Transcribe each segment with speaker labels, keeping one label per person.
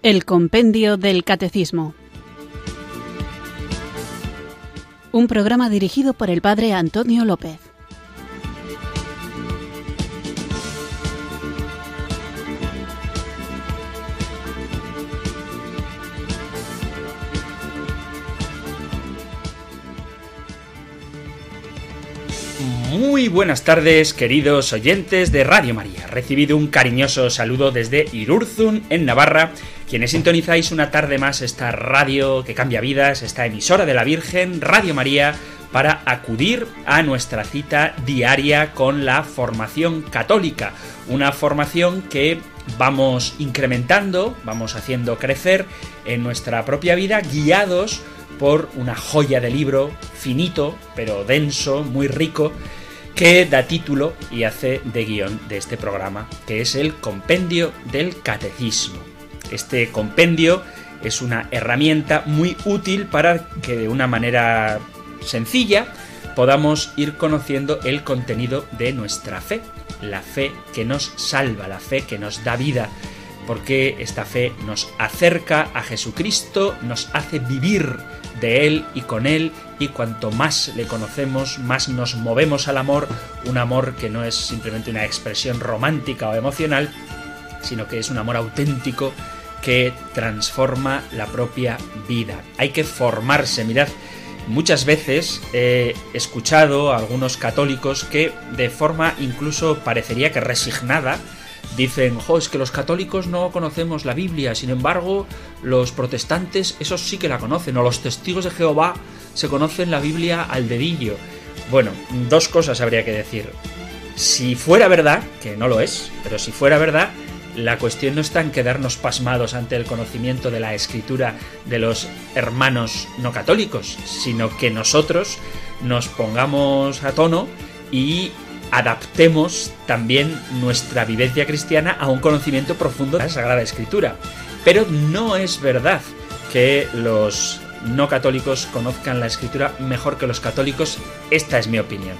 Speaker 1: El Compendio del Catecismo. Un programa dirigido por el Padre Antonio López.
Speaker 2: Muy buenas tardes, queridos oyentes de Radio María. Recibido un cariñoso saludo desde Irurzun, en Navarra, quienes sintonizáis una tarde más esta radio que cambia vidas, esta emisora de la Virgen, Radio María, para acudir a nuestra cita diaria con la formación católica. Una formación que vamos incrementando, vamos haciendo crecer en nuestra propia vida, guiados por una joya de libro finito, pero denso, muy rico, que da título y hace de guión de este programa, que es el Compendio del Catecismo. Este compendio es una herramienta muy útil para que de una manera sencilla podamos ir conociendo el contenido de nuestra fe, la fe que nos salva, la fe que nos da vida, porque esta fe nos acerca a Jesucristo, nos hace vivir de Él y con Él, y cuanto más le conocemos, más nos movemos al amor, un amor que no es simplemente una expresión romántica o emocional, sino que es un amor auténtico que transforma la propia vida. Hay que formarse. Mirad, muchas veces he escuchado a algunos católicos que de forma incluso parecería que resignada dicen: es que los católicos no conocemos la Biblia, sin embargo los protestantes esos sí que la conocen, o los testigos de Jehová se conocen la Biblia al dedillo. Bueno, dos cosas habría que decir. Si fuera verdad, que no lo es, pero si fuera verdad, la cuestión no está en quedarnos pasmados ante el conocimiento de la Escritura de los hermanos no católicos, sino que nosotros nos pongamos a tono y adaptemos también nuestra vivencia cristiana a un conocimiento profundo de la Sagrada Escritura. Pero no es verdad que los no católicos conozcan la Escritura mejor que los católicos. Esta es mi opinión.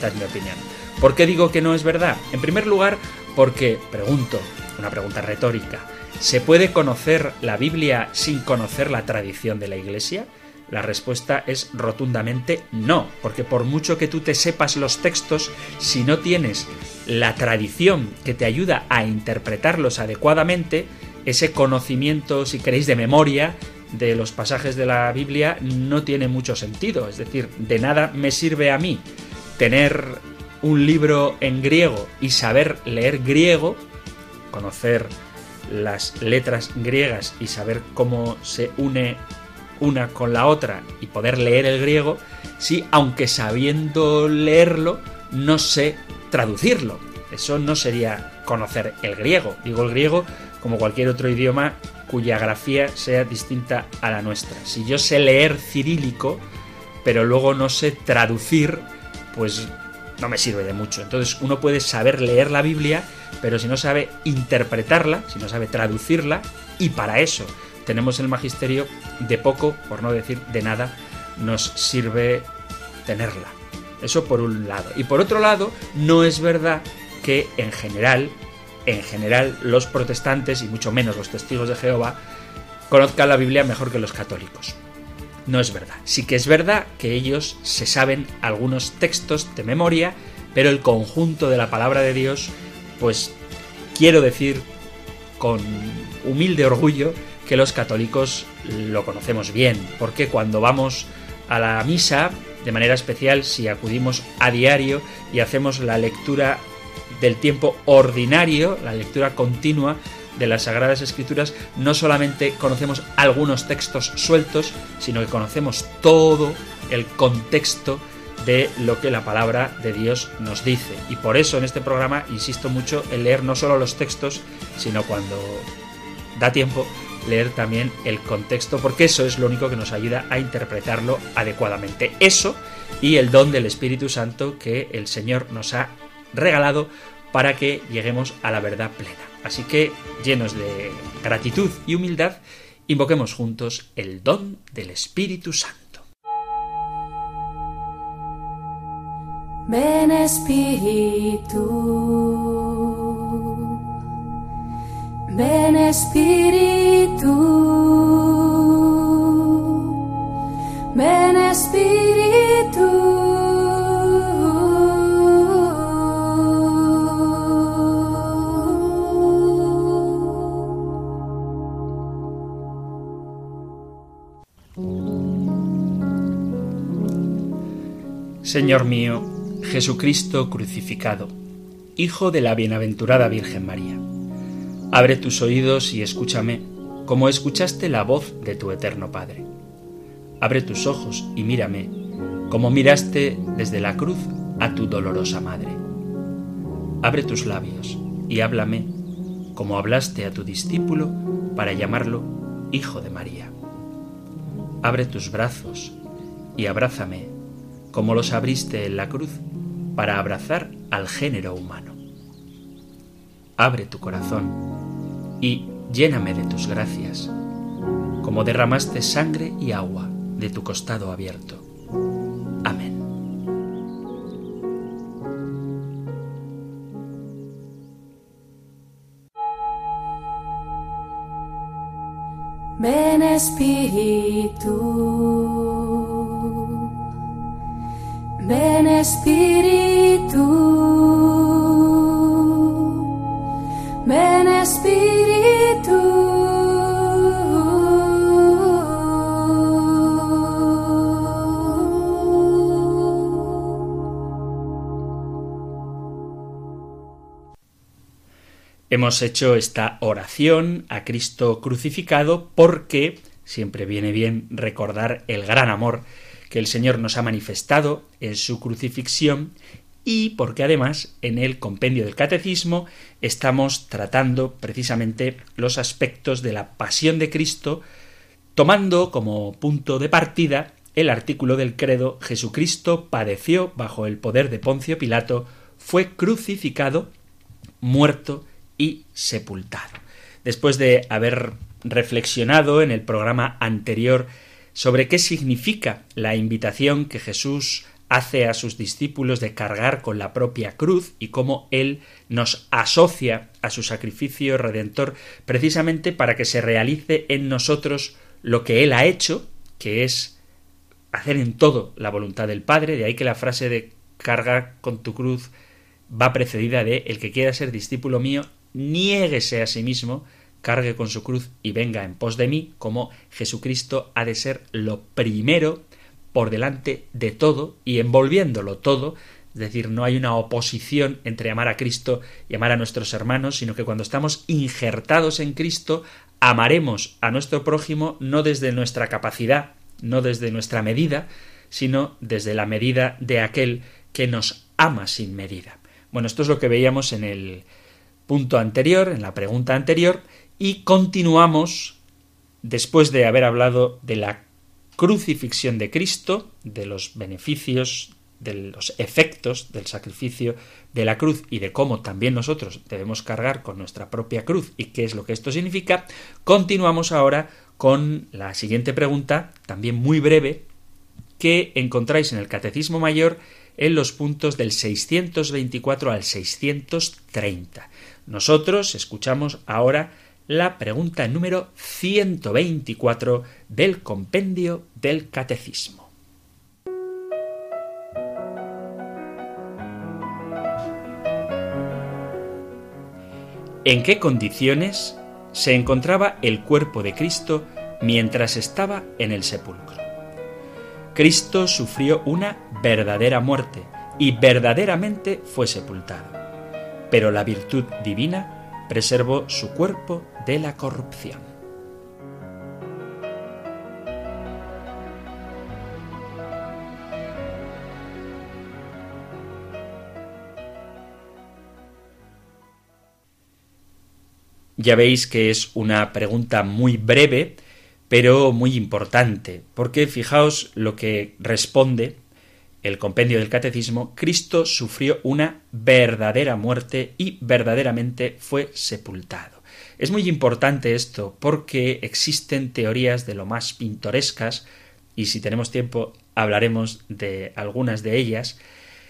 Speaker 2: ¿Por qué digo que no es verdad? En primer lugar, porque, pregunto, una pregunta retórica, ¿se puede conocer la Biblia sin conocer la tradición de la Iglesia? La respuesta es rotundamente no, porque por mucho que tú te sepas los textos, si no tienes la tradición que te ayuda a interpretarlos adecuadamente, ese conocimiento, si queréis, de memoria de los pasajes de la Biblia no tiene mucho sentido. Es decir, de nada me sirve a mí tener un libro en griego y saber leer griego, conocer las letras griegas y saber cómo se une una con la otra y poder leer el griego, si aunque sabiendo leerlo no sé traducirlo. Eso no sería conocer el griego. Digo el griego como cualquier otro idioma cuya grafía sea distinta a la nuestra. Si yo sé leer cirílico pero luego no sé traducir, pues no me sirve de mucho. Entonces uno puede saber leer la Biblia, pero si no sabe interpretarla, si no sabe traducirla, y para eso tenemos el magisterio, de poco, por no decir de nada, nos sirve tenerla. Eso por un lado. Y por otro lado, no es verdad que en general, los protestantes, y mucho menos los testigos de Jehová, conozcan la Biblia mejor que los católicos. No es verdad. Sí que es verdad que ellos se saben algunos textos de memoria, pero el conjunto de la palabra de Dios, pues quiero decir con humilde orgullo que los católicos lo conocemos bien, porque cuando vamos a la misa, de manera especial si acudimos a diario y hacemos la lectura del tiempo ordinario, la lectura continua de las Sagradas Escrituras, no solamente conocemos algunos textos sueltos, sino que conocemos todo el contexto de lo que la palabra de Dios nos dice. Y por eso en este programa insisto mucho en leer no solo los textos, sino cuando da tiempo, leer también el contexto, porque eso es lo único que nos ayuda a interpretarlo adecuadamente. Eso y el don del Espíritu Santo que el Señor nos ha regalado para que lleguemos a la verdad plena. Así que, llenos de gratitud y humildad, invoquemos juntos el don del Espíritu Santo.
Speaker 3: Ven Espíritu, Ven Espíritu, ven Espíritu.
Speaker 2: Señor mío, Jesucristo crucificado, Hijo de la bienaventurada Virgen María, abre tus oídos y escúchame como escuchaste la voz de tu eterno Padre. Abre tus ojos y mírame como miraste desde la cruz a tu dolorosa Madre. Abre tus labios y háblame como hablaste a tu discípulo para llamarlo Hijo de María. Abre tus brazos y abrázame como los abriste en la cruz para abrazar al género humano. Abre tu corazón y lléname de tus gracias, como derramaste sangre y agua de tu costado abierto. Amén.
Speaker 3: Ven Espíritu, ven Espíritu, ven Espíritu.
Speaker 2: Hemos hecho esta oración a Cristo crucificado porque siempre viene bien recordar el gran amor que el Señor nos ha manifestado en su crucifixión y porque además en el compendio del Catecismo estamos tratando precisamente los aspectos de la pasión de Cristo, tomando como punto de partida el artículo del credo: Jesucristo padeció bajo el poder de Poncio Pilato, fue crucificado, muerto y sepultado. Después de haber reflexionado en el programa anterior sobre qué significa la invitación que Jesús hace a sus discípulos de cargar con la propia cruz y cómo Él nos asocia a su sacrificio redentor precisamente para que se realice en nosotros lo que Él ha hecho, que es hacer en todo la voluntad del Padre. De ahí que la frase de cargar con tu cruz va precedida de: el que quiera ser discípulo mío, niéguese a sí mismo, cargue con su cruz y venga en pos de mí, como Jesucristo ha de ser lo primero por delante de todo y envolviéndolo todo. Es decir, no hay una oposición entre amar a Cristo y amar a nuestros hermanos, sino que cuando estamos injertados en Cristo, amaremos a nuestro prójimo no desde nuestra capacidad, no desde nuestra medida, sino desde la medida de aquel que nos ama sin medida. Bueno, esto es lo que veíamos en el punto anterior, en la pregunta anterior, y continuamos después de haber hablado de la crucifixión de Cristo, de los beneficios, de los efectos del sacrificio de la cruz y de cómo también nosotros debemos cargar con nuestra propia cruz y qué es lo que esto significa. Continuamos ahora con la siguiente pregunta, también muy breve, que encontráis en el Catecismo Mayor en los puntos del 624 al 630. Nosotros escuchamos ahora la pregunta número 124 del compendio del Catecismo. ¿En qué condiciones se encontraba el cuerpo de Cristo mientras estaba en el sepulcro? Cristo sufrió una verdadera muerte y verdaderamente fue sepultado, pero la virtud divina preservó su cuerpo de la corrupción. Ya veis que es una pregunta muy breve, pero muy importante, porque fijaos lo que responde el compendio del Catecismo: Cristo sufrió una verdadera muerte y verdaderamente fue sepultado. Es muy importante esto porque existen teorías de lo más pintorescas, y si tenemos tiempo hablaremos de algunas de ellas,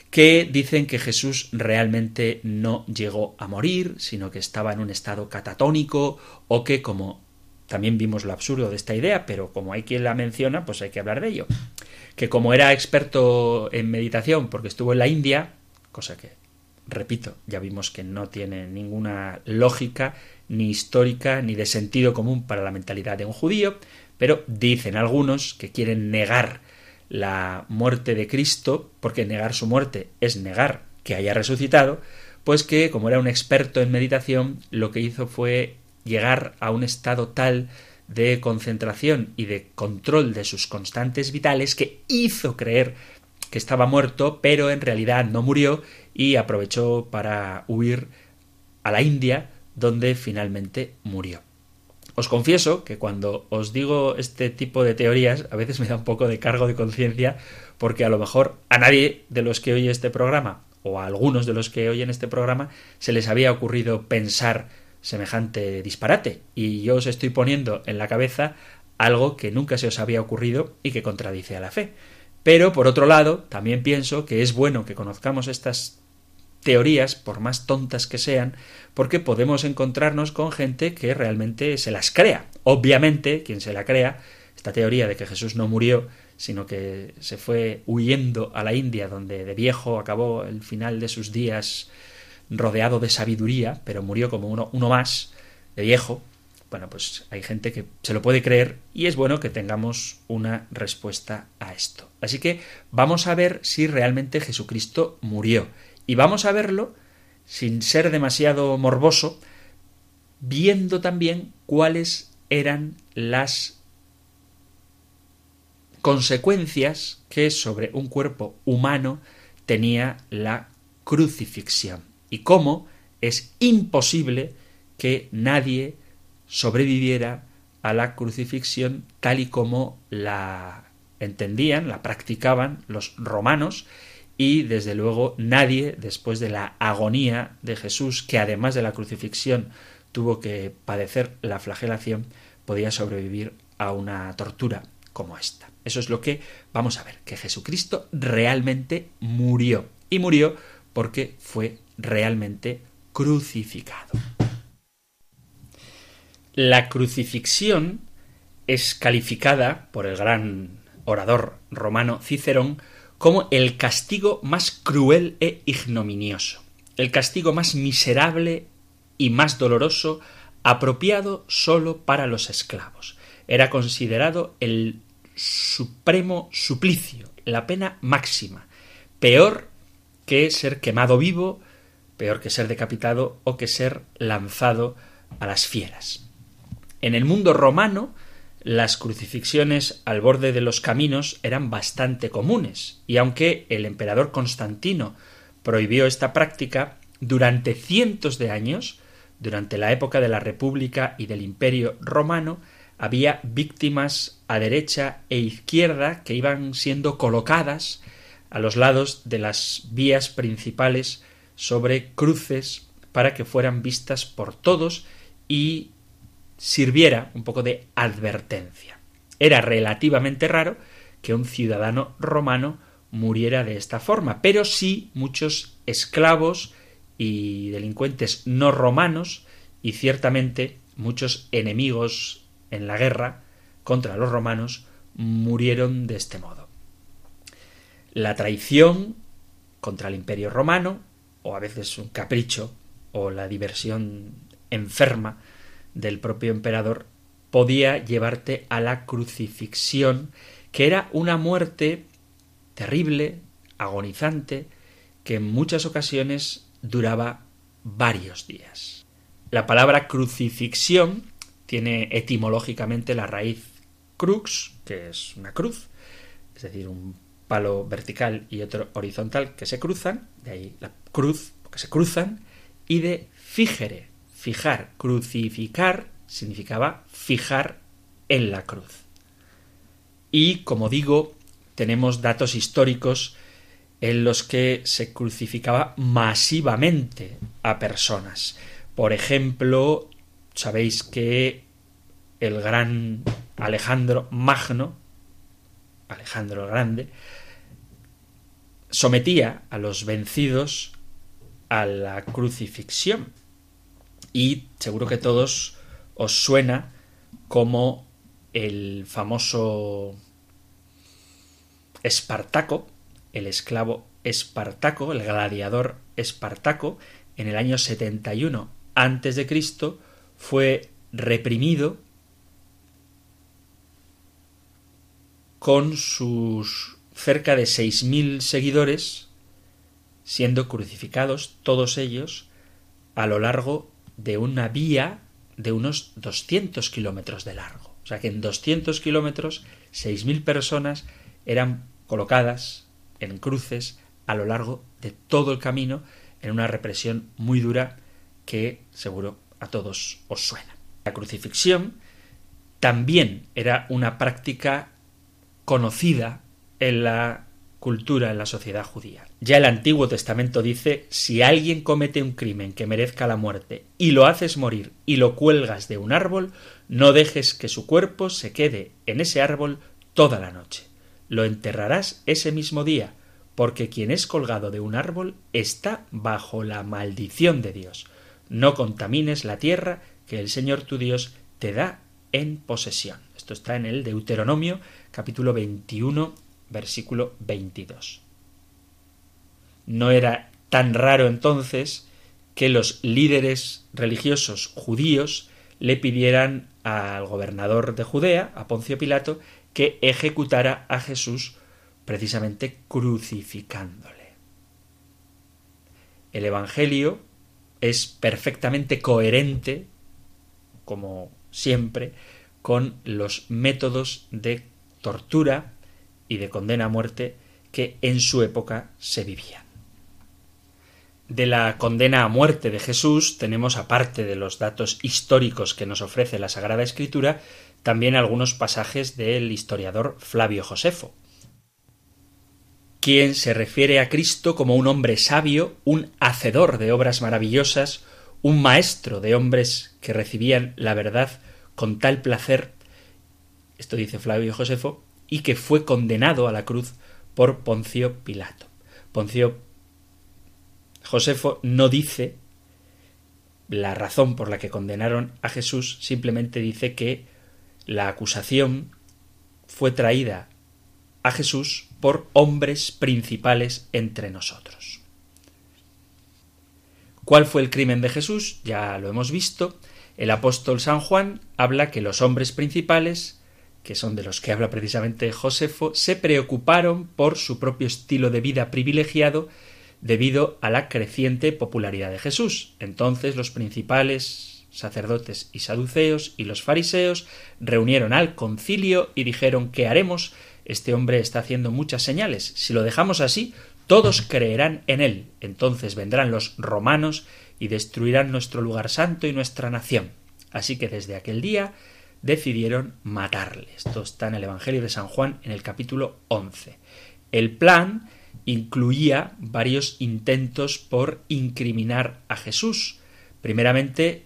Speaker 2: que dicen que Jesús realmente no llegó a morir, sino que estaba en un estado catatónico, o que, como también vimos lo absurdo de esta idea, pero como hay quien la menciona, pues hay que hablar de ello, que como era experto en meditación porque estuvo en la India, cosa que, repito, ya vimos que no tiene ninguna lógica, ni histórica, ni de sentido común para la mentalidad de un judío, pero dicen algunos que quieren negar la muerte de Cristo, porque negar su muerte es negar que haya resucitado, pues que, como era un experto en meditación, lo que hizo fue llegar a un estado tal de concentración y de control de sus constantes vitales que hizo creer que estaba muerto, pero en realidad no murió y aprovechó para huir a la India, donde finalmente murió. Os confieso que cuando os digo este tipo de teorías a veces me da un poco de cargo de conciencia, porque a lo mejor a nadie de los que oye este programa, o a algunos de los que oyen este programa, se les había ocurrido pensar semejante disparate, y yo os estoy poniendo en la cabeza algo que nunca se os había ocurrido y que contradice a la fe. Pero, por otro lado, también pienso que es bueno que conozcamos estas teorías, por más tontas que sean, porque podemos encontrarnos con gente que realmente se las crea. Obviamente, quien se la crea, esta teoría de que Jesús no murió, sino que se fue huyendo a la India, donde de viejo acabó el final de sus días rodeado de sabiduría, pero murió como uno más, de viejo. Bueno, pues hay gente que se lo puede creer y es bueno que tengamos una respuesta a esto. Así que vamos a ver si realmente Jesucristo murió. Y vamos a verlo, sin ser demasiado morboso, viendo también cuáles eran las consecuencias que sobre un cuerpo humano tenía la crucifixión y cómo es imposible que nadie sobreviviera a la crucifixión tal y como la entendían, la practicaban los romanos, y desde luego nadie, después de la agonía de Jesús, que además de la crucifixión tuvo que padecer la flagelación, podía sobrevivir a una tortura como esta. Eso es lo que vamos a ver, que Jesucristo realmente murió, y murió porque fue realmente crucificado. La crucifixión es calificada por el gran orador romano Cicerón como el castigo más cruel e ignominioso, el castigo más miserable y más doloroso, apropiado sólo para los esclavos. Era considerado el supremo suplicio, la pena máxima, peor que ser quemado vivo, peor que ser decapitado o que ser lanzado a las fieras. En el mundo romano, las crucifixiones al borde de los caminos eran bastante comunes, y aunque el emperador Constantino prohibió esta práctica, durante cientos de años, durante la época de la República y del Imperio Romano, había víctimas a derecha e izquierda que iban siendo colocadas a los lados de las vías principales sobre cruces para que fueran vistas por todos y sirviera un poco de advertencia. Era relativamente raro que un ciudadano romano muriera de esta forma, pero sí muchos esclavos y delincuentes no romanos, y ciertamente muchos enemigos en la guerra contra los romanos murieron de este modo. La traición contra el Imperio Romano, o a veces un capricho o la diversión enferma del propio emperador, podía llevarte a la crucifixión, que era una muerte terrible, agonizante, que en muchas ocasiones duraba varios días. La palabra crucifixión tiene etimológicamente la raíz crux, que es una cruz, es decir, un palo vertical y otro horizontal que se cruzan, de ahí la cruz, porque se cruzan, y de fígere, fijar, crucificar significaba fijar en la cruz. Y, como digo, tenemos datos históricos en los que se crucificaba masivamente a personas. Por ejemplo, sabéis que el gran Alejandro Magno, Alejandro el Grande, sometía a los vencidos a la crucifixión. Y seguro que todos os suena como el famoso Espartaco, el esclavo Espartaco, el gladiador Espartaco, en el año 71 a.C., fue reprimido con sus cerca de 6.000 seguidores, siendo crucificados todos ellos a lo largo de una vía de unos 200 kilómetros de largo. O sea que en 200 kilómetros 6.000 personas eran colocadas en cruces a lo largo de todo el camino, en una represión muy dura que seguro a todos os suena. La crucifixión también era una práctica conocida en la cultura, en la sociedad judía. Ya el Antiguo Testamento dice: si alguien comete un crimen que merezca la muerte y lo haces morir y lo cuelgas de un árbol, no dejes que su cuerpo se quede en ese árbol toda la noche. Lo enterrarás ese mismo día, porque quien es colgado de un árbol está bajo la maldición de Dios. No contamines la tierra que el Señor tu Dios te da en posesión. Esto está en el Deuteronomio, capítulo 21, versículo 22. No era tan raro entonces que los líderes religiosos judíos le pidieran al gobernador de Judea, a Poncio Pilato, que ejecutara a Jesús precisamente crucificándole. El Evangelio es perfectamente coherente, como siempre, con los métodos de tortura y de condena a muerte que en su época se vivían. De la condena a muerte de Jesús tenemos, aparte de los datos históricos que nos ofrece la Sagrada Escritura, también algunos pasajes del historiador Flavio Josefo, quien se refiere a Cristo como un hombre sabio, un hacedor de obras maravillosas, un maestro de hombres que recibían la verdad con tal placer, esto dice Flavio Josefo, y que fue condenado a la cruz por Poncio Pilato. Poncio Josefo no dice la razón por la que condenaron a Jesús, simplemente dice que la acusación fue traída a Jesús por hombres principales entre nosotros. ¿Cuál fue el crimen de Jesús? Ya lo hemos visto. El apóstol San Juan habla que los hombres principales, que son de los que habla precisamente Josefo, se preocuparon por su propio estilo de vida privilegiado debido a la creciente popularidad de Jesús. Entonces los principales sacerdotes y saduceos y los fariseos reunieron al concilio y dijeron: ¿qué haremos? Este hombre está haciendo muchas señales. Si lo dejamos así, todos creerán en él. Entonces vendrán los romanos y destruirán nuestro lugar santo y nuestra nación. Así que desde aquel día decidieron matarle. Esto está en el Evangelio de San Juan, en el capítulo 11. El plan incluía varios intentos por incriminar a Jesús. Primeramente,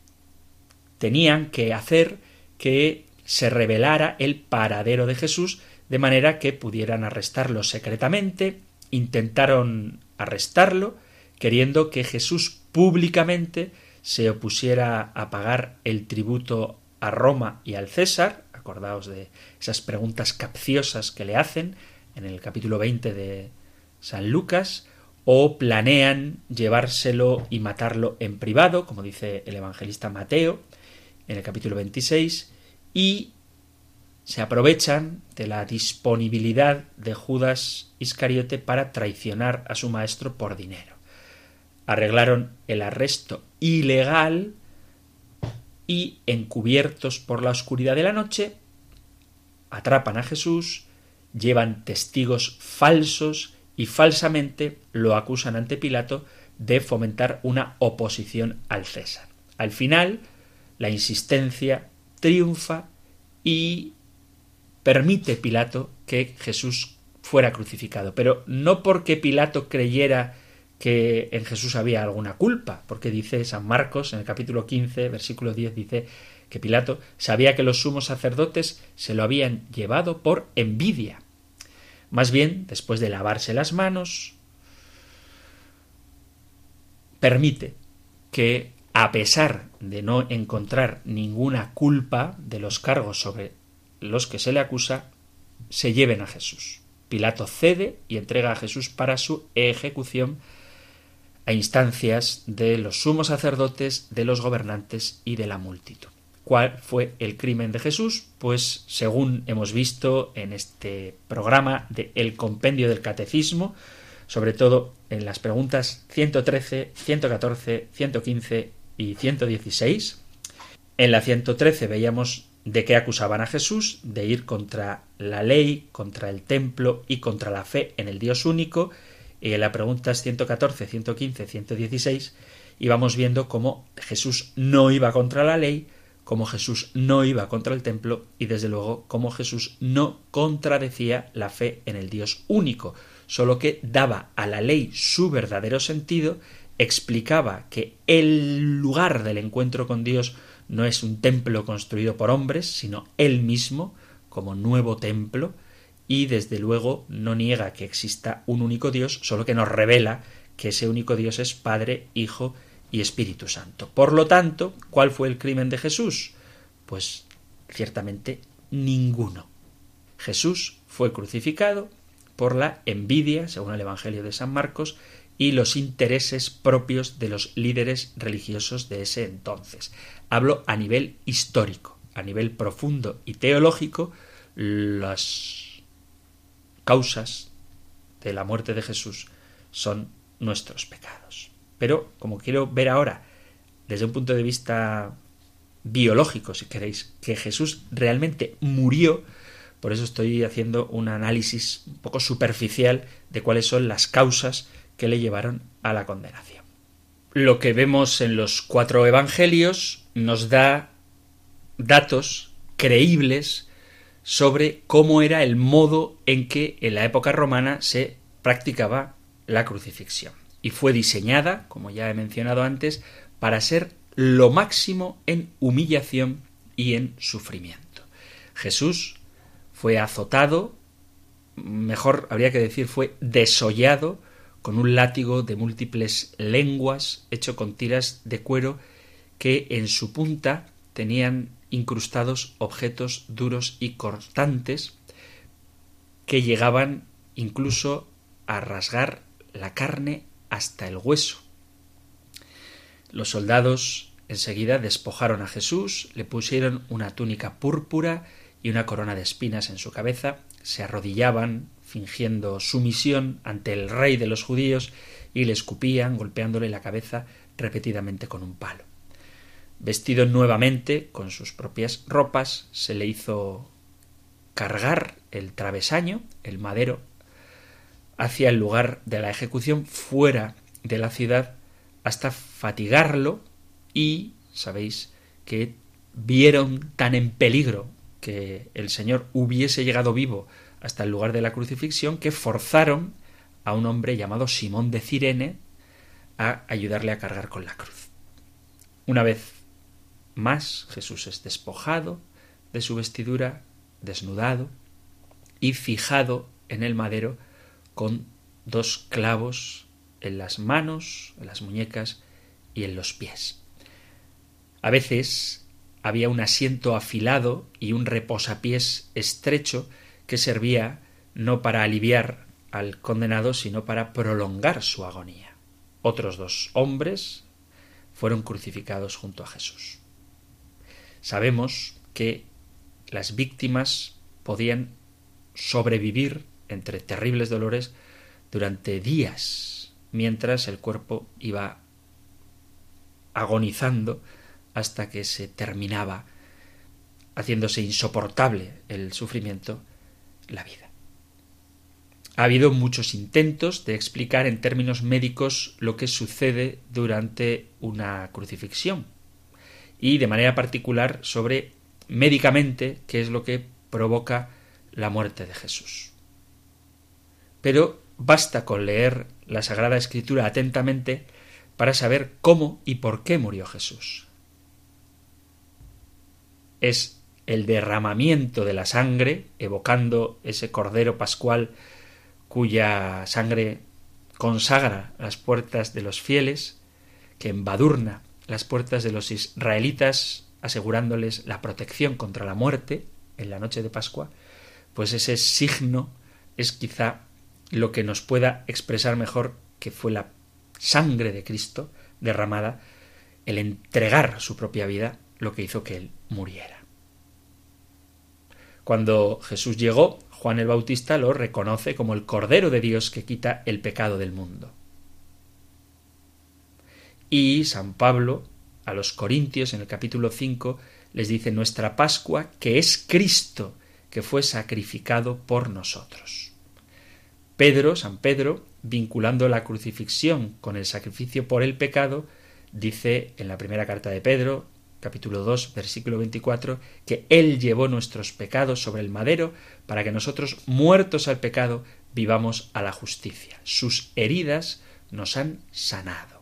Speaker 2: tenían que hacer que se revelara el paradero de Jesús, de manera que pudieran arrestarlo secretamente. Intentaron arrestarlo, queriendo que Jesús públicamente se opusiera a pagar el tributo a Roma y al César. Acordaos de esas preguntas capciosas que le hacen en el capítulo 20 de San Lucas, o planean llevárselo y matarlo en privado, como dice el evangelista Mateo en el capítulo 26, y se aprovechan de la disponibilidad de Judas Iscariote para traicionar a su maestro por dinero. Arreglaron el arresto ilegal y, encubiertos por la oscuridad de la noche, atrapan a Jesús, llevan testigos falsos y falsamente lo acusan ante Pilato de fomentar una oposición al César. Al final, la insistencia triunfa y permite Pilato que Jesús fuera crucificado, pero no porque Pilato creyera que en Jesús había alguna culpa, porque dice San Marcos en el capítulo 15, versículo 10, dice que Pilato sabía que los sumos sacerdotes se lo habían llevado por envidia. Más bien, después de lavarse las manos, permite que, a pesar de no encontrar ninguna culpa de los cargos sobre los que se le acusa, se lleven a Jesús. Pilato cede y entrega a Jesús para su ejecución a instancias de los sumos sacerdotes, de los gobernantes y de la multitud. ¿Cuál fue el crimen de Jesús? Pues según hemos visto en este programa de El Compendio del Catecismo, sobre todo en las preguntas 113, 114, 115 y 116. En la 113 veíamos de qué acusaban a Jesús: de ir contra la ley, contra el templo y contra la fe en el Dios único. Y en las preguntas 114, 115, 116 íbamos viendo cómo Jesús no iba contra la ley, cómo Jesús no iba contra el templo y desde luego cómo Jesús no contradecía la fe en el Dios único, solo que daba a la ley su verdadero sentido, explicaba que el lugar del encuentro con Dios no es un templo construido por hombres, sino Él mismo como nuevo templo, y desde luego no niega que exista un único Dios, solo que nos revela que ese único Dios es Padre, Hijo y Espíritu Santo. Por lo tanto, ¿cuál fue el crimen de Jesús? Pues ciertamente ninguno. Jesús fue crucificado por la envidia, según el Evangelio de San Marcos, y los intereses propios de los líderes religiosos de ese entonces. Hablo a nivel histórico, a nivel profundo y teológico. Las causas de la muerte de Jesús son nuestros pecados. Pero, como quiero ver ahora, desde un punto de vista biológico, si queréis, que Jesús realmente murió, por eso estoy haciendo un análisis un poco superficial de cuáles son las causas que le llevaron a la condenación. Lo que vemos en los 4 evangelios nos da datos creíbles sobre cómo era el modo en que en la época romana se practicaba la crucifixión. Y fue diseñada, como ya he mencionado antes, para ser lo máximo en humillación y en sufrimiento. Jesús fue azotado, mejor habría que decir fue desollado, con un látigo de múltiples lenguas hecho con tiras de cuero que en su punta tenían incrustados objetos duros y cortantes que llegaban incluso a rasgar la carne hasta el hueso. Los soldados enseguida despojaron a Jesús, le pusieron una túnica púrpura y una corona de espinas en su cabeza, se arrodillaban fingiendo sumisión ante el rey de los judíos y le escupían golpeándole la cabeza repetidamente con un palo. Vestido nuevamente con sus propias ropas, se le hizo cargar el travesaño, el madero, hacia el lugar de la ejecución fuera de la ciudad hasta fatigarlo, y sabéis que vieron tan en peligro que el Señor hubiese llegado vivo hasta el lugar de la crucifixión que forzaron a un hombre llamado Simón de Cirene a ayudarle a cargar con la cruz. Una vez más, Jesús es despojado de su vestidura, desnudado y fijado en el madero con 2 clavos en las manos, en las muñecas y en los pies. A veces había un asiento afilado y un reposapiés estrecho que servía no para aliviar al condenado, sino para prolongar su agonía. Otros 2 hombres fueron crucificados junto a Jesús. Sabemos que las víctimas podían sobrevivir entre terribles dolores durante días, mientras el cuerpo iba agonizando hasta que se terminaba, haciéndose insoportable el sufrimiento, la vida. Ha habido muchos intentos de explicar en términos médicos lo que sucede durante una crucifixión y de manera particular sobre médicamente qué es lo que provoca la muerte de Jesús. Pero basta con leer la Sagrada Escritura atentamente para saber cómo y por qué murió Jesús. Es el derramamiento de la sangre, evocando ese cordero pascual cuya sangre consagra las puertas de los fieles, que embadurna las puertas de los israelitas, asegurándoles la protección contra la muerte en la noche de Pascua, pues ese signo es quizá lo que nos pueda expresar mejor que fue la sangre de Cristo derramada, el entregar su propia vida, lo que hizo que él muriera. Cuando Jesús llegó, Juan el Bautista lo reconoce como el Cordero de Dios que quita el pecado del mundo. Y San Pablo, a los Corintios, en el capítulo 5, les dice: nuestra Pascua, que es Cristo, que fue sacrificado por nosotros. San Pedro, vinculando la crucifixión con el sacrificio por el pecado, dice en la primera carta de Pedro, capítulo 2, versículo 24, que Él llevó nuestros pecados sobre el madero para que nosotros, muertos al pecado, vivamos a la justicia. Sus heridas nos han sanado.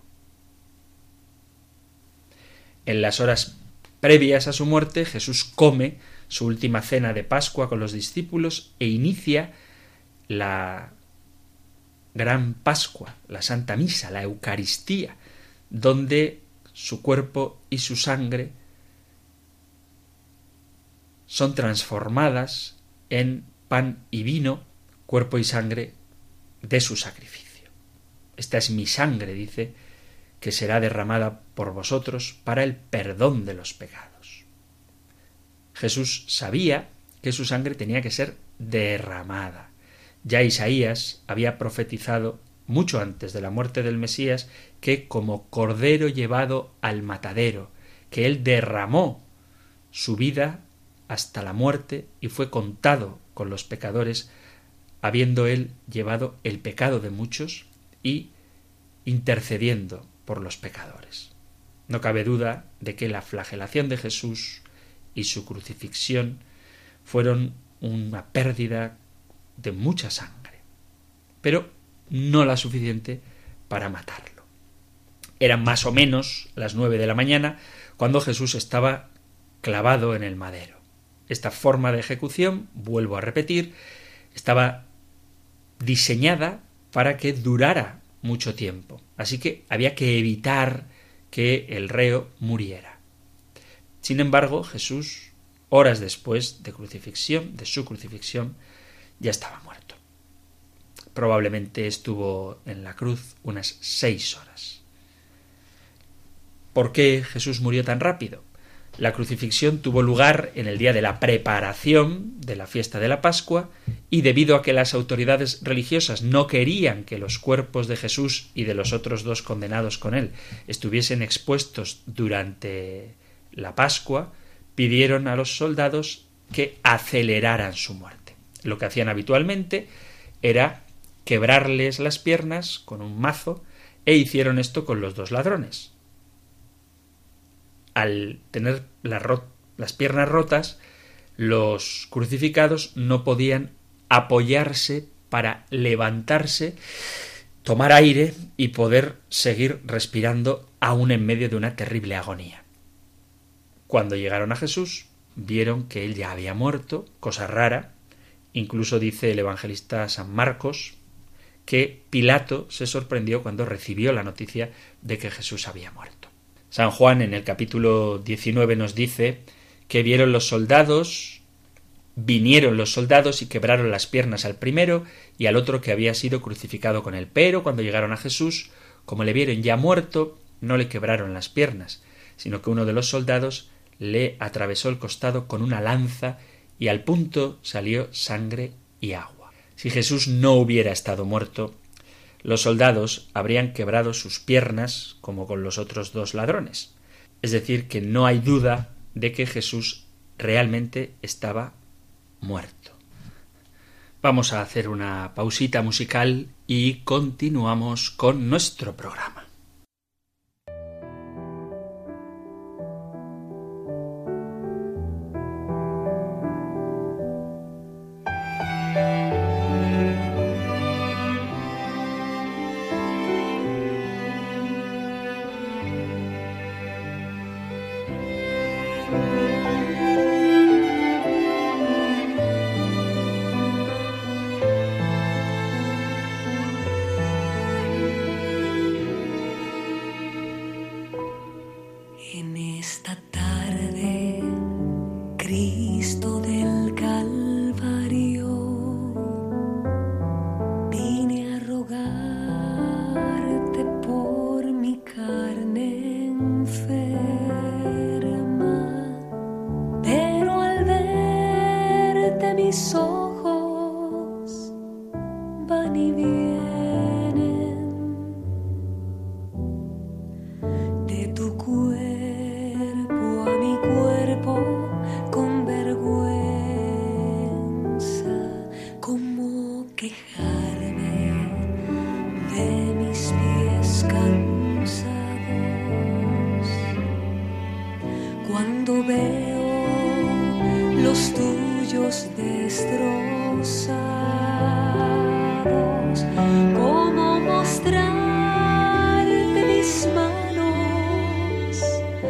Speaker 2: En las horas previas a su muerte, Jesús come su última cena de Pascua con los discípulos e inicia la gran Pascua, la Santa Misa, la Eucaristía, donde su cuerpo y su sangre son transformadas en pan y vino, cuerpo y sangre de su sacrificio. Esta es mi sangre, dice, que será derramada por vosotros para el perdón de los pecados. Jesús sabía que su sangre tenía que ser derramada. Ya Isaías había profetizado mucho antes de la muerte del Mesías que como cordero llevado al matadero, que él derramó su vida hasta la muerte y fue contado con los pecadores, habiendo él llevado el pecado de muchos y intercediendo por los pecadores. No cabe duda de que la flagelación de Jesús y su crucifixión fueron una pérdida de mucha sangre, pero no la suficiente para matarlo. Eran más o menos las 9 de la mañana cuando Jesús estaba clavado en el madero. Esta forma de ejecución, vuelvo a repetir, estaba diseñada para que durara mucho tiempo, así que había que evitar que el reo muriera. Sin embargo, Jesús, horas después de su crucifixión, ya estaba muerto. Probablemente estuvo en la cruz unas 6 horas. ¿Por qué Jesús murió tan rápido? La crucifixión tuvo lugar en el día de la preparación de la fiesta de la Pascua y debido a que las autoridades religiosas no querían que los cuerpos de Jesús y de los otros 2 condenados con él estuviesen expuestos durante la Pascua, pidieron a los soldados que aceleraran su muerte. Lo que hacían habitualmente era quebrarles las piernas con un mazo e hicieron esto con los 2 ladrones. Al tener las piernas rotas, los crucificados no podían apoyarse para levantarse, tomar aire y poder seguir respirando aún en medio de una terrible agonía. Cuando llegaron a Jesús, vieron que él ya había muerto, cosa rara. Incluso dice el evangelista San Marcos que Pilato se sorprendió cuando recibió la noticia de que Jesús había muerto. San Juan en el capítulo 19 nos dice que vinieron los soldados y quebraron las piernas al primero y al otro que había sido crucificado con él. Pero cuando llegaron a Jesús, como le vieron ya muerto, no le quebraron las piernas, sino que uno de los soldados le atravesó el costado con una lanza y al punto salió sangre y agua. Si Jesús no hubiera estado muerto, los soldados habrían quebrado sus piernas como con los otros 2 ladrones. Es decir, que no hay duda de que Jesús realmente estaba muerto. Vamos a hacer una pausita musical y continuamos con nuestro programa.
Speaker 3: cuando veo los tuyos destrozados, cómo mostrarte mis manos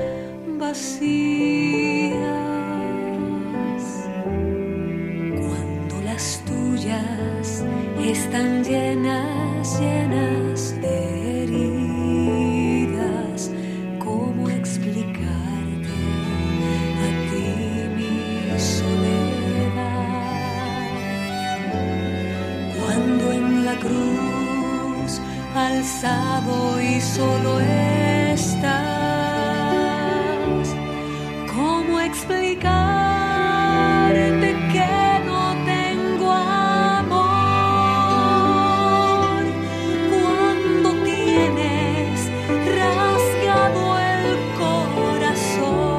Speaker 3: vacías, cuando las tuyas están llenas, llenas de heridas, cómo explicarte a ti mi soledad, cuando en la cruz alzado y solo estás, cómo explicarte que no tengo amor, cuando tienes rasgado el corazón.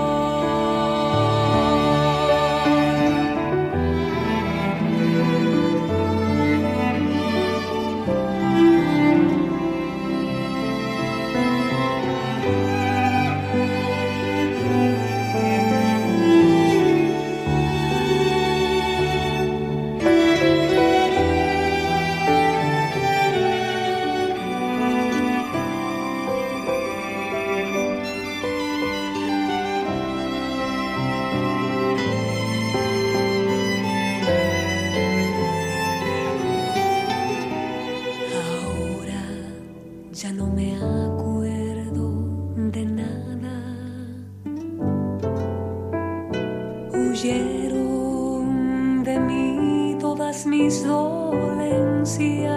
Speaker 3: Ya no me acuerdo de nada. Huyeron de mí todas mis dolencias.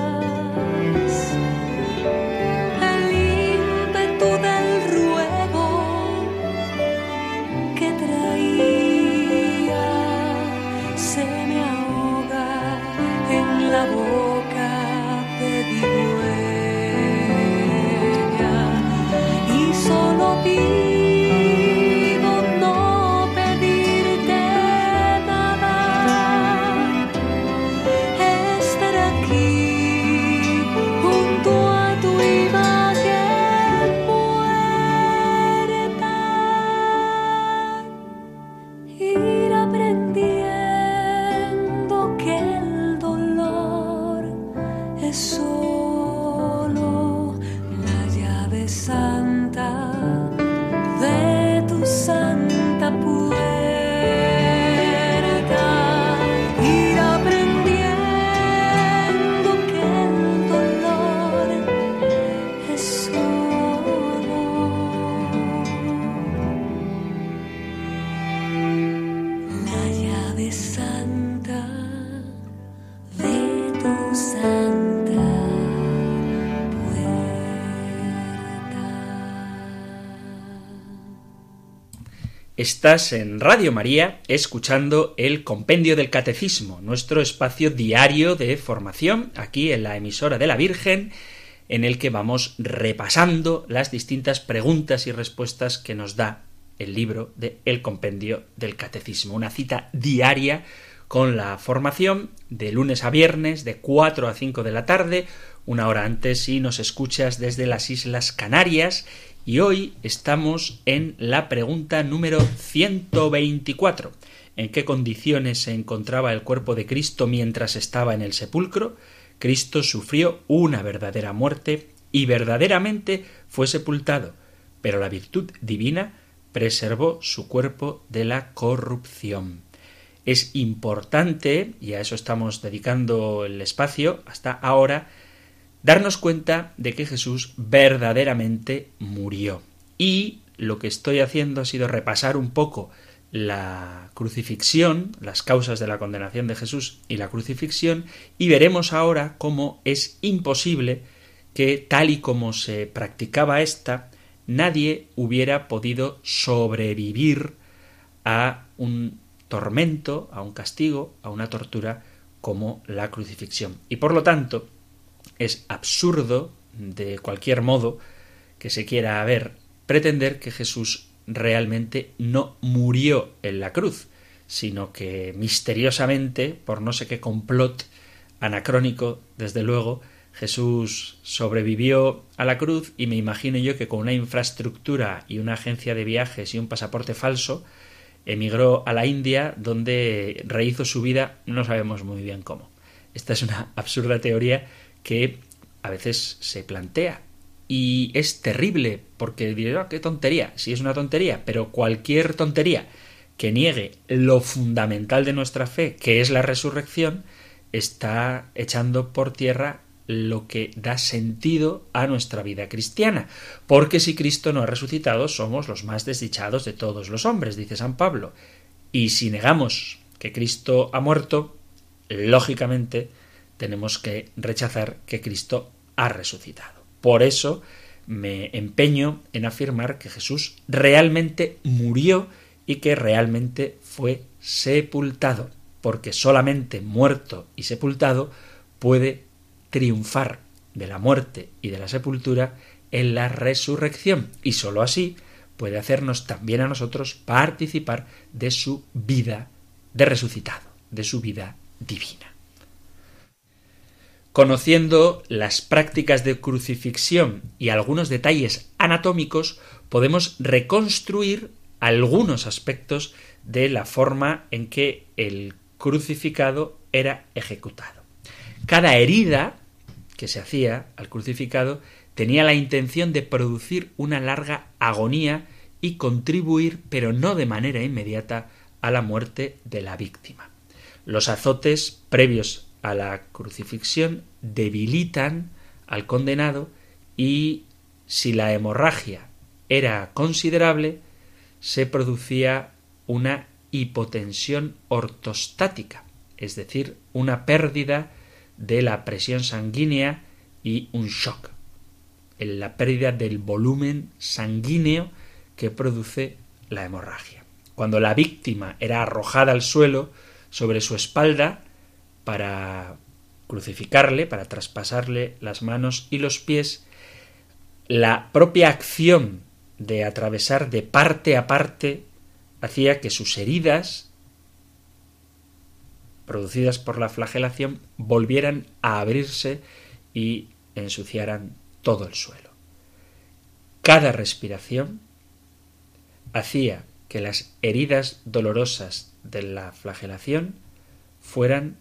Speaker 3: El ímpetu del ruego que traía se me ahoga en la boca pedigüeña. Solo pido no pedirte nada, estar aquí junto a tu imagen muerta, ir aprendiendo que el dolor es solo la llave santa de tu santa puerta, ir aprendiendo que el dolor es solo la llave santa de tu santa puerta.
Speaker 2: Estás en Radio María escuchando el Compendio del Catecismo, nuestro espacio diario de formación aquí en la emisora de la Virgen, en el que vamos repasando las distintas preguntas y respuestas que nos da el libro de El Compendio del Catecismo. Una cita diaria con la formación de lunes a viernes de 4 a 5 de la tarde, una hora antes si nos escuchas desde las Islas Canarias. Y hoy estamos en la pregunta número 124. ¿En qué condiciones se encontraba el cuerpo de Cristo mientras estaba en el sepulcro? Cristo sufrió una verdadera muerte y verdaderamente fue sepultado, pero la virtud divina preservó su cuerpo de la corrupción. Es importante, y a eso estamos dedicando el espacio hasta ahora, darnos cuenta de que Jesús verdaderamente murió. Y lo que estoy haciendo ha sido repasar un poco la crucifixión, las causas de la condenación de Jesús y la crucifixión, y veremos ahora cómo es imposible que, tal y como se practicaba esta, nadie hubiera podido sobrevivir a un tormento, a un castigo, a una tortura como la crucifixión. Y por lo tanto, es absurdo, de cualquier modo que se quiera ver, pretender que Jesús realmente no murió en la cruz, sino que misteriosamente, por no sé qué complot anacrónico, desde luego, Jesús sobrevivió a la cruz y me imagino yo que con una infraestructura y una agencia de viajes y un pasaporte falso emigró a la India, donde rehizo su vida, no sabemos muy bien cómo. Esta es una absurda teoría que a veces se plantea y es terrible porque diré, qué tontería, sí es una tontería, pero cualquier tontería que niegue lo fundamental de nuestra fe, que es la resurrección, está echando por tierra lo que da sentido a nuestra vida cristiana, porque si Cristo no ha resucitado somos los más desdichados de todos los hombres, dice San Pablo, y si negamos que Cristo ha muerto, lógicamente tenemos que rechazar que Cristo ha resucitado. Por eso me empeño en afirmar que Jesús realmente murió y que realmente fue sepultado, porque solamente muerto y sepultado puede triunfar de la muerte y de la sepultura en la resurrección, y sólo así puede hacernos también a nosotros participar de su vida de resucitado, de su vida divina. Conociendo las prácticas de crucifixión y algunos detalles anatómicos, podemos reconstruir algunos aspectos de la forma en que el crucificado era ejecutado. Cada herida que se hacía al crucificado tenía la intención de producir una larga agonía y contribuir, pero no de manera inmediata, a la muerte de la víctima. Los azotes previos a la crucifixión debilitan al condenado y, si la hemorragia era considerable, se producía una hipotensión ortostática, es decir, una pérdida de la presión sanguínea y un shock, en la pérdida del volumen sanguíneo que produce la hemorragia. Cuando la víctima era arrojada al suelo sobre su espalda para crucificarle, para traspasarle las manos y los pies, la propia acción de atravesar de parte a parte hacía que sus heridas producidas por la flagelación volvieran a abrirse y ensuciaran todo el suelo. Cada respiración hacía que las heridas dolorosas de la flagelación fueran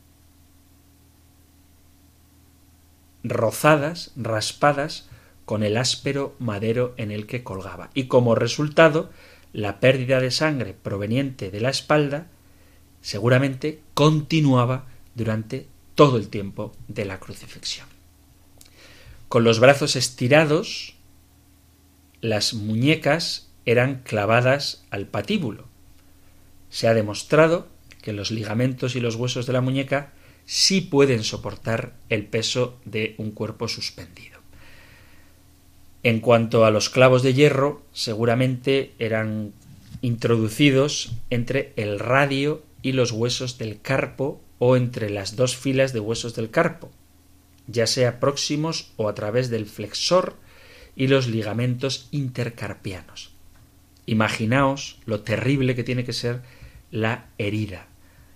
Speaker 2: rozadas, raspadas con el áspero madero en el que colgaba, y como resultado la pérdida de sangre proveniente de la espalda seguramente continuaba durante todo el tiempo de la crucifixión. Con los brazos estirados, las muñecas eran clavadas al patíbulo. Se ha demostrado que los ligamentos y los huesos de la muñeca sí pueden soportar el peso de un cuerpo suspendido. En cuanto a los clavos de hierro, seguramente eran introducidos entre el radio y los huesos del carpo o entre las dos filas de huesos del carpo, ya sea próximos o a través del flexor y los ligamentos intercarpianos. Imaginaos lo terrible que tiene que ser la herida.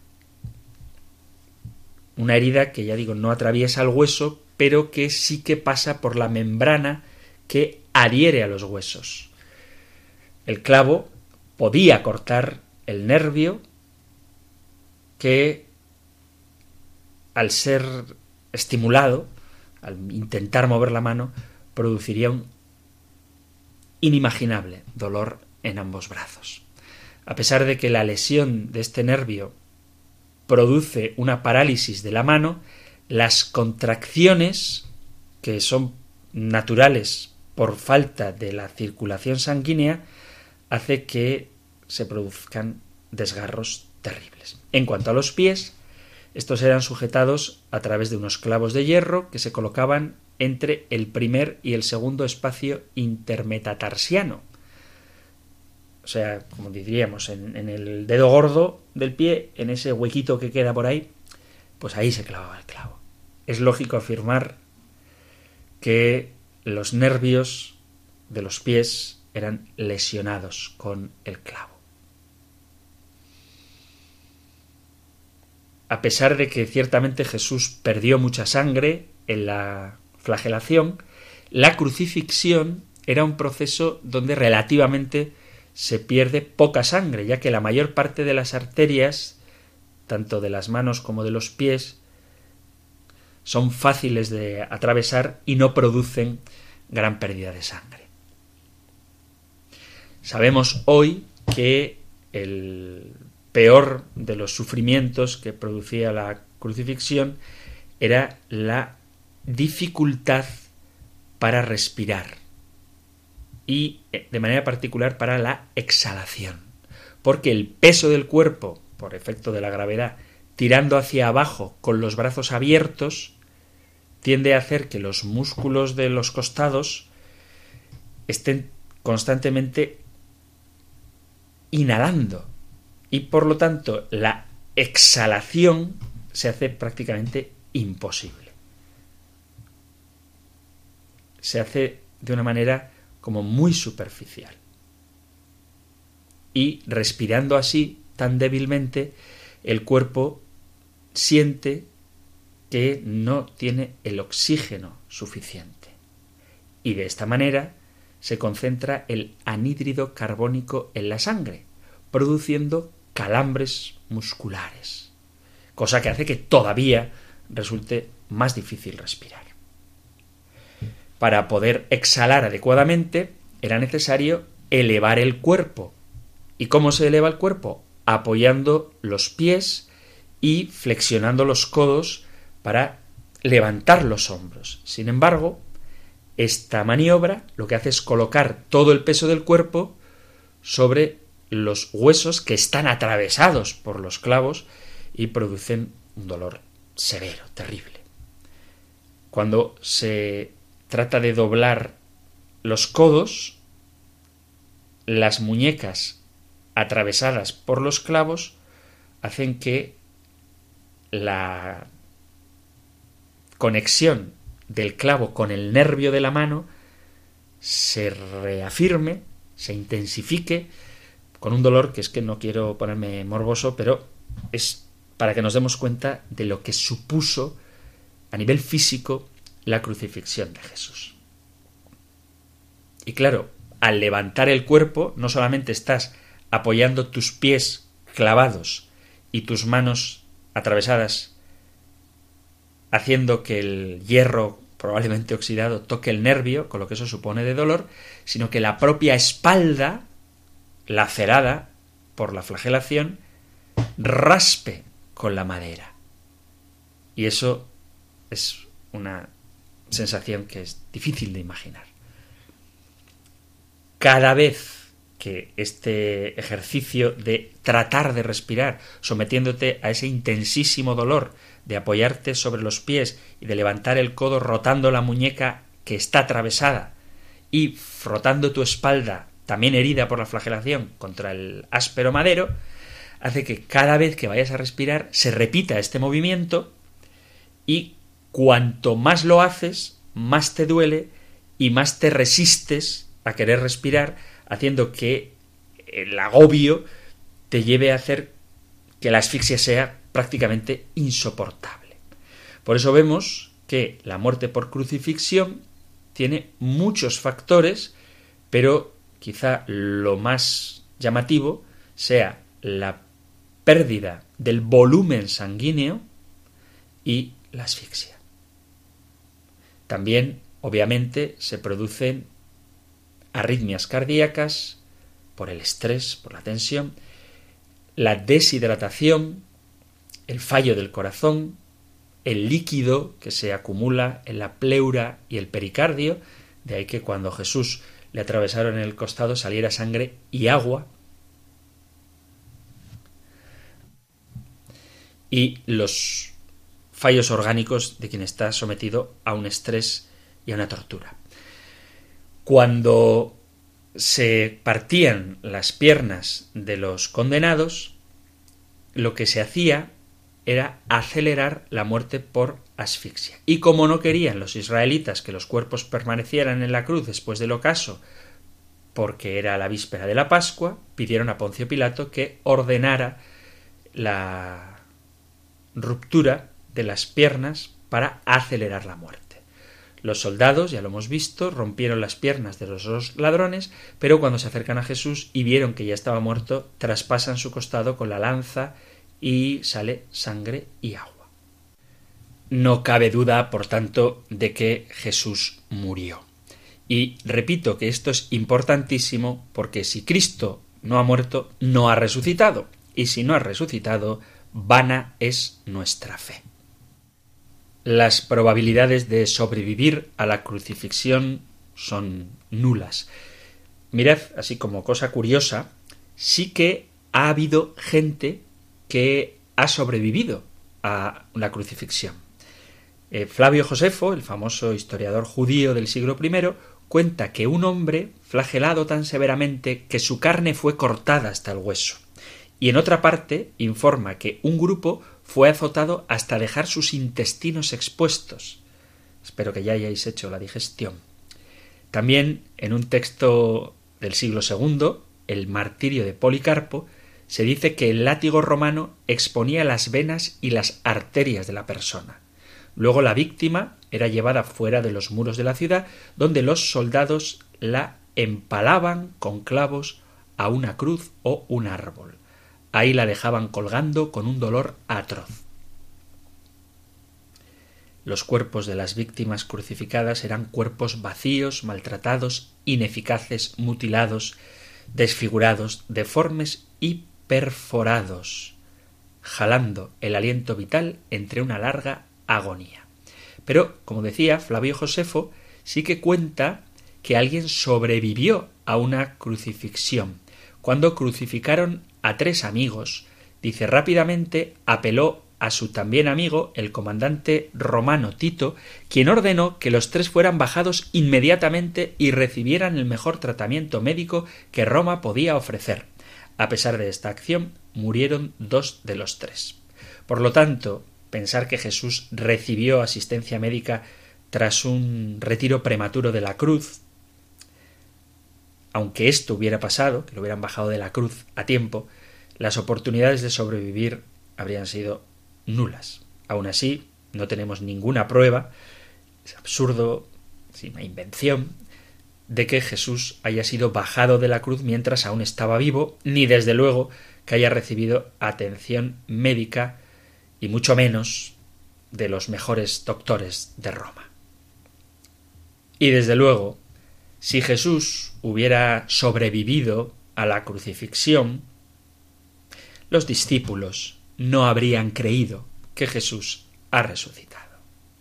Speaker 2: Una herida que, ya digo, no atraviesa el hueso, pero que sí que pasa por la membrana que adhiere a los huesos. El clavo podía cortar el nervio que, al ser estimulado, al intentar mover la mano, produciría un inimaginable dolor en ambos brazos. A pesar de que la lesión de este nervio produce una parálisis de la mano, las contracciones, que son naturales por falta de la circulación sanguínea, hace que se produzcan desgarros terribles. En cuanto a los pies, estos eran sujetados a través de unos clavos de hierro que se colocaban entre el primer y el segundo espacio intermetatarsiano. O sea, como diríamos, en el dedo gordo del pie, en ese huequito que queda por ahí, pues ahí se clavaba el clavo. Es lógico afirmar que los nervios de los pies eran lesionados con el clavo. A pesar de que ciertamente Jesús perdió mucha sangre en la flagelación, la crucifixión era un proceso donde relativamente se pierde poca sangre, ya que la mayor parte de las arterias, tanto de las manos como de los pies, son fáciles de atravesar y no producen gran pérdida de sangre. Sabemos hoy que el peor de los sufrimientos que producía la crucifixión era la dificultad para respirar y de manera particular para la exhalación, porque el peso del cuerpo, por efecto de la gravedad, tirando hacia abajo con los brazos abiertos, tiende a hacer que los músculos de los costados estén constantemente inhalando y por lo tanto la exhalación se hace prácticamente imposible. Se hace de una manera como muy superficial. Y respirando así, tan débilmente, el cuerpo siente que no tiene el oxígeno suficiente. Y de esta manera se concentra el anhídrido carbónico en la sangre, produciendo calambres musculares, cosa que hace que todavía resulte más difícil respirar. Para poder exhalar adecuadamente era necesario elevar el cuerpo. ¿Y cómo se eleva el cuerpo? Apoyando los pies y flexionando los codos para levantar los hombros. Sin embargo, esta maniobra lo que hace es colocar todo el peso del cuerpo sobre los huesos que están atravesados por los clavos y producen un dolor severo, terrible. Cuando se trata de doblar los codos, las muñecas atravesadas por los clavos hacen que la conexión del clavo con el nervio de la mano se reafirme, se intensifique, con un dolor que es que no quiero ponerme morboso, pero es para que nos demos cuenta de lo que supuso a nivel físico la crucifixión de Jesús. Y claro, al levantar el cuerpo, no solamente estás apoyando tus pies clavados y tus manos atravesadas, haciendo que el hierro probablemente oxidado toque el nervio, con lo que eso supone de dolor, sino que la propia espalda, lacerada por la flagelación, raspe con la madera. Y eso es una sensación que es difícil de imaginar. Cada vez que este ejercicio de tratar de respirar, sometiéndote a ese intensísimo dolor de apoyarte sobre los pies y de levantar el codo rotando la muñeca que está atravesada y frotando tu espalda, también herida por la flagelación, contra el áspero madero, hace que cada vez que vayas a respirar se repita este movimiento y cuanto más lo haces, más te duele y más te resistes a querer respirar, haciendo que el agobio te lleve a hacer que la asfixia sea prácticamente insoportable. Por eso vemos que la muerte por crucifixión tiene muchos factores, pero quizá lo más llamativo sea la pérdida del volumen sanguíneo y la asfixia. También, obviamente, se producen arritmias cardíacas por el estrés, por la tensión, la deshidratación, el fallo del corazón, el líquido que se acumula en la pleura y el pericardio, de ahí que cuando Jesús le atravesaron en el costado saliera sangre y agua, y los fallos orgánicos de quien está sometido a un estrés y a una tortura. Cuando se partían las piernas de los condenados, lo que se hacía era acelerar la muerte por asfixia. Y como no querían los israelitas que los cuerpos permanecieran en la cruz después del ocaso, porque era la víspera de la Pascua, pidieron a Poncio Pilato que ordenara la ruptura de las piernas para acelerar la muerte. Los soldados, ya lo hemos visto, rompieron las piernas de los dos ladrones, pero cuando se acercan a Jesús y vieron que ya estaba muerto, traspasan su costado con la lanza y sale sangre y agua. No cabe duda, por tanto, de que Jesús murió. Y repito que esto es importantísimo porque si Cristo no ha muerto, no ha resucitado. Y si no ha resucitado, vana es nuestra fe. Las probabilidades de sobrevivir a la crucifixión son nulas. Mirad, así como cosa curiosa, sí que ha habido gente que ha sobrevivido a la crucifixión. Flavio Josefo, el famoso historiador judío del siglo I, cuenta que un hombre flagelado tan severamente que su carne fue cortada hasta el hueso. Y en otra parte informa que un grupo fue azotado hasta dejar sus intestinos expuestos. Espero que ya hayáis hecho la digestión. También en un texto del siglo II, el martirio de Policarpo, se dice que el látigo romano exponía las venas y las arterias de la persona. Luego la víctima era llevada fuera de los muros de la ciudad, donde los soldados la empalaban con clavos a una cruz o un árbol. Ahí la dejaban colgando con un dolor atroz. Los cuerpos de las víctimas crucificadas eran cuerpos vacíos, maltratados, ineficaces, mutilados, desfigurados, deformes y perforados, jalando el aliento vital entre una larga agonía. Pero, como decía, Flavio Josefo sí que cuenta que alguien sobrevivió a una crucifixión. Cuando crucificaron a 3 amigos, dice rápidamente apeló a su también amigo, el comandante romano Tito, quien ordenó que los 3 fueran bajados inmediatamente y recibieran el mejor tratamiento médico que Roma podía ofrecer. A pesar de esta acción, murieron 2 de los 3. Por lo tanto, pensar que Jesús recibió asistencia médica tras un retiro prematuro de la cruz, aunque esto hubiera pasado, que lo hubieran bajado de la cruz a tiempo, las oportunidades de sobrevivir habrían sido nulas. Aún así, no tenemos ninguna prueba, es absurdo, es una invención, de que Jesús haya sido bajado de la cruz mientras aún estaba vivo, ni desde luego que haya recibido atención médica, y mucho menos de los mejores doctores de Roma. Y desde luego, si Jesús hubiera sobrevivido a la crucifixión, los discípulos no habrían creído que Jesús ha resucitado.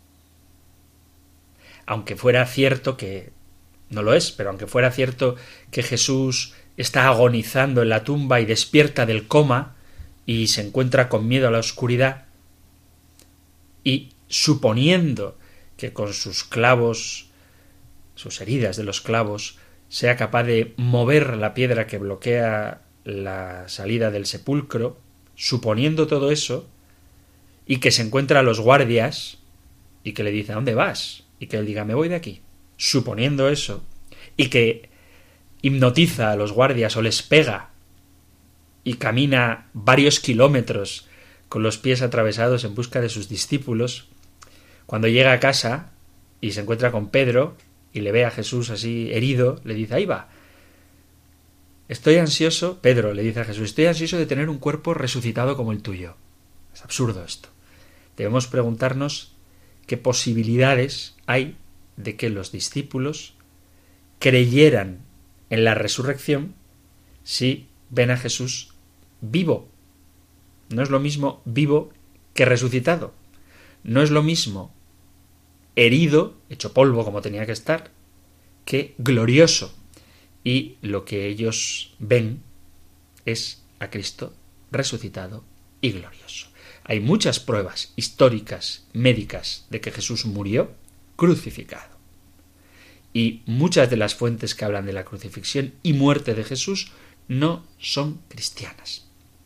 Speaker 2: Aunque fuera cierto que, no lo es, pero aunque fuera cierto que Jesús está agonizando en la tumba y despierta del coma y se encuentra con miedo a la oscuridad, y suponiendo que con sus clavos, sus heridas de los clavos, sea capaz de mover la piedra que bloquea la salida del sepulcro, suponiendo todo eso, y que se encuentra a los guardias y que le dice ¿a dónde vas? Y que él diga me voy de aquí, suponiendo eso, y que hipnotiza a los guardias o les pega y camina varios kilómetros con los pies atravesados en busca de sus discípulos, cuando llega a casa y se encuentra con Pedro y le ve a Jesús así herido, le dice ahí va, estoy ansioso, Pedro le dice a Jesús, estoy ansioso de tener un cuerpo resucitado como el tuyo. Es absurdo esto. Debemos preguntarnos qué posibilidades hay de que los discípulos creyeran en la resurrección si ven a Jesús vivo. No es lo mismo vivo que resucitado. No es lo mismo herido, hecho polvo como tenía que estar, que glorioso. Y lo que ellos ven es a Cristo resucitado y glorioso. Hay muchas pruebas históricas, médicas, de que Jesús murió crucificado. Y muchas de las fuentes que hablan de la crucifixión y muerte de Jesús no son cristianas.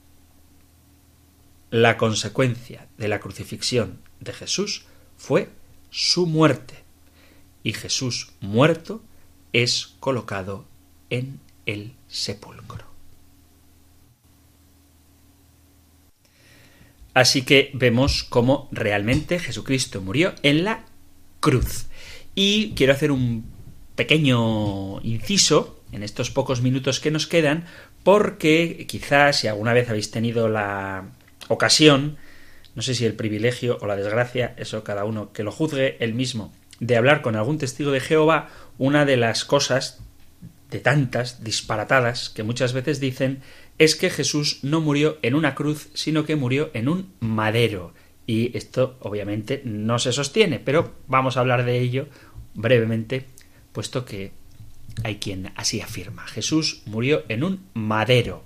Speaker 2: La consecuencia de la crucifixión de Jesús fue su muerte, y Jesús muerto es colocado en el sepulcro. Así que vemos cómo realmente Jesucristo murió en la cruz. Y quiero hacer un pequeño inciso en estos pocos minutos que nos quedan, porque quizás si alguna vez habéis tenido la ocasión, no sé si el privilegio o la desgracia, eso cada uno que lo juzgue él mismo, de hablar con algún testigo de Jehová, una de las cosas de tantas disparatadas que muchas veces dicen es que Jesús no murió en una cruz, sino que murió en un madero. Y esto obviamente no se sostiene, pero vamos a hablar de ello brevemente, puesto que hay quien así afirma. Jesús murió en un madero,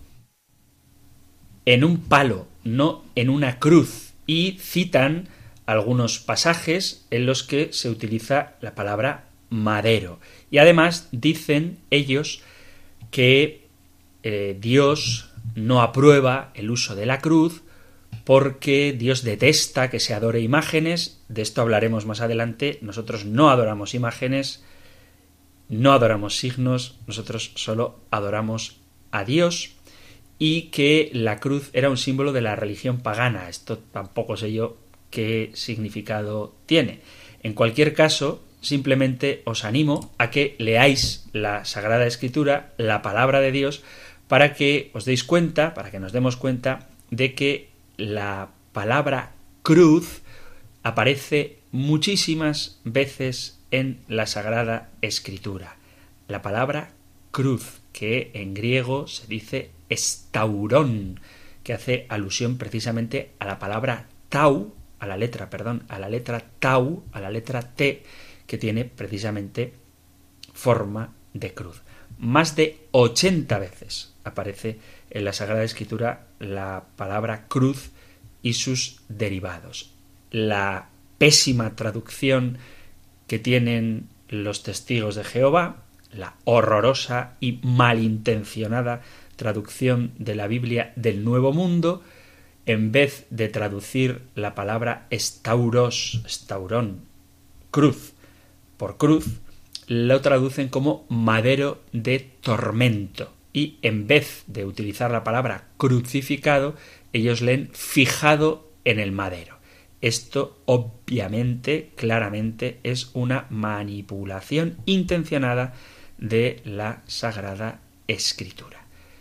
Speaker 2: en un palo, no en una cruz. Y citan algunos pasajes en los que se utiliza la palabra madero. Y además dicen ellos que Dios no aprueba el uso de la cruz porque Dios detesta que se adore imágenes. De esto hablaremos más adelante. Nosotros no adoramos imágenes, no adoramos signos, nosotros solo adoramos a Dios, y que la cruz era un símbolo de la religión pagana. Esto tampoco sé yo qué significado tiene. En cualquier caso, simplemente os animo a que leáis la Sagrada Escritura, la palabra de Dios, para que os deis cuenta, para que nos demos cuenta de que la palabra cruz aparece muchísimas veces en la Sagrada Escritura. La palabra cruz, que en griego se dice estaurón, que hace alusión precisamente a la palabra tau, a la letra tau, a la letra T, que tiene precisamente forma de cruz. Más de 80 veces aparece en la Sagrada Escritura la palabra cruz y sus derivados. La pésima traducción que tienen los testigos de Jehová, la horrorosa y malintencionada traducción de la Biblia del Nuevo Mundo, en vez de traducir la palabra estauros, estaurón, cruz, por cruz, lo traducen como madero de tormento. Y en vez de utilizar la palabra crucificado, ellos leen fijado en el madero. Esto obviamente, claramente, es una manipulación intencionada de la Sagrada Escritura.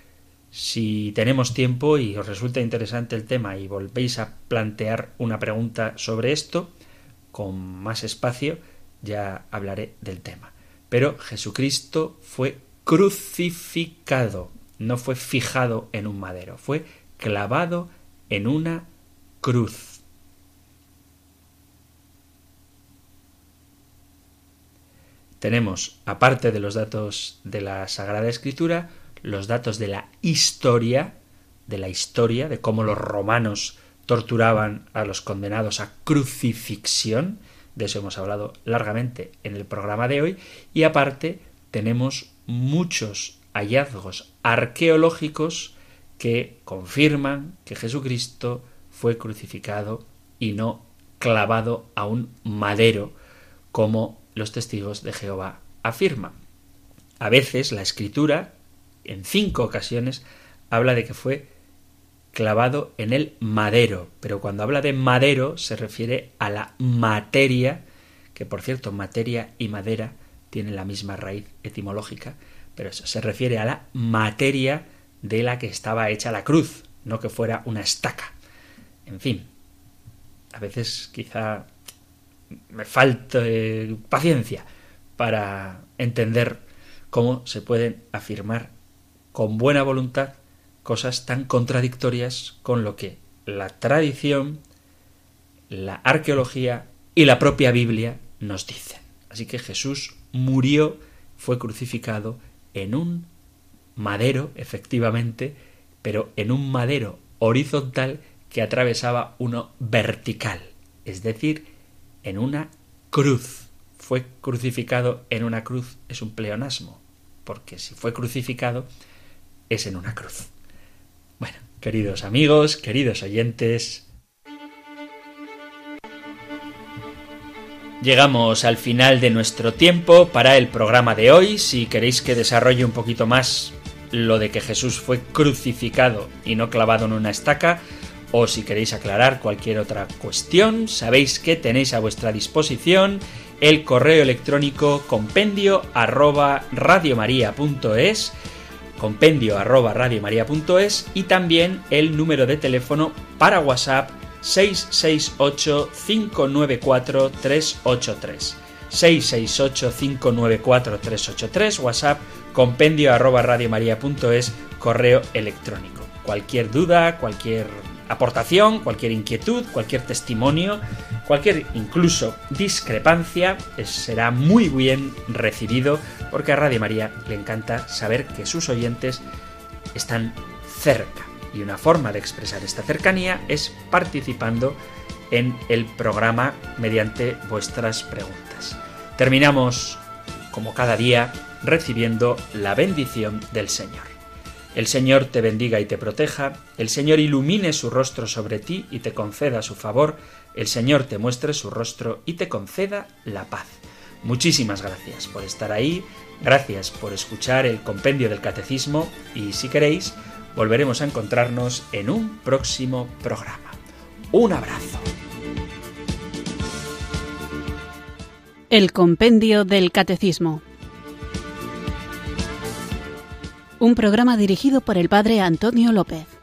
Speaker 2: Si tenemos tiempo y os resulta interesante el tema y volvéis a plantear una pregunta sobre esto, con más espacio ya hablaré del tema. Pero Jesucristo fue crucificado, no fue fijado en un madero, fue clavado en una cruz. Tenemos, aparte de los datos de la Sagrada Escritura, los datos de la historia, de cómo los romanos torturaban a los condenados a crucifixión. De eso hemos hablado largamente en el programa de hoy. Y aparte tenemos muchos hallazgos arqueológicos que confirman que Jesucristo fue crucificado y no clavado a un madero, como los testigos de Jehová afirman. A veces la Escritura, en 5 ocasiones, habla de que fue clavado en el madero, pero cuando habla de madero se refiere a la materia, que por cierto, materia y madera tienen la misma raíz etimológica, pero eso se refiere a la materia de la que estaba hecha la cruz, no que fuera una estaca. En fin, a veces quizá me falta paciencia para entender cómo se pueden afirmar con buena voluntad cosas tan contradictorias con lo que la tradición, la arqueología y la propia Biblia nos dicen. Así que Jesús murió, fue crucificado en un madero, efectivamente, pero en un madero horizontal que atravesaba uno vertical, es decir, en una cruz. Fue crucificado en una cruz es un pleonasmo, porque si fue crucificado es en una cruz. Bueno, queridos amigos, queridos oyentes, llegamos al final de nuestro tiempo para el programa de hoy. Si queréis que desarrolle un poquito más lo de que Jesús fue crucificado y no clavado en una estaca, o si queréis aclarar cualquier otra cuestión, sabéis que tenéis a vuestra disposición el correo electrónico compendio@radiomaria.es, compendio@radiomaria.es, y también el número de teléfono para WhatsApp 668 594 383. 668 594 383, WhatsApp compendio@radiomaria.es, correo electrónico. Cualquier duda, cualquier aportación, cualquier inquietud, cualquier testimonio, cualquier incluso discrepancia será muy bien recibido, porque a Radio María le encanta saber que sus oyentes están cerca, y una forma de expresar esta cercanía es participando en el programa mediante vuestras preguntas. Terminamos, como cada día, recibiendo la bendición del Señor. El Señor te bendiga y te proteja, el Señor ilumine su rostro sobre ti y te conceda su favor, el Señor te muestre su rostro y te conceda la paz. Muchísimas gracias por estar ahí, gracias por escuchar el compendio del Catecismo, y si queréis, volveremos a encontrarnos en un próximo programa. Un abrazo.
Speaker 1: El compendio del Catecismo. Un programa dirigido por el Padre Antonio López.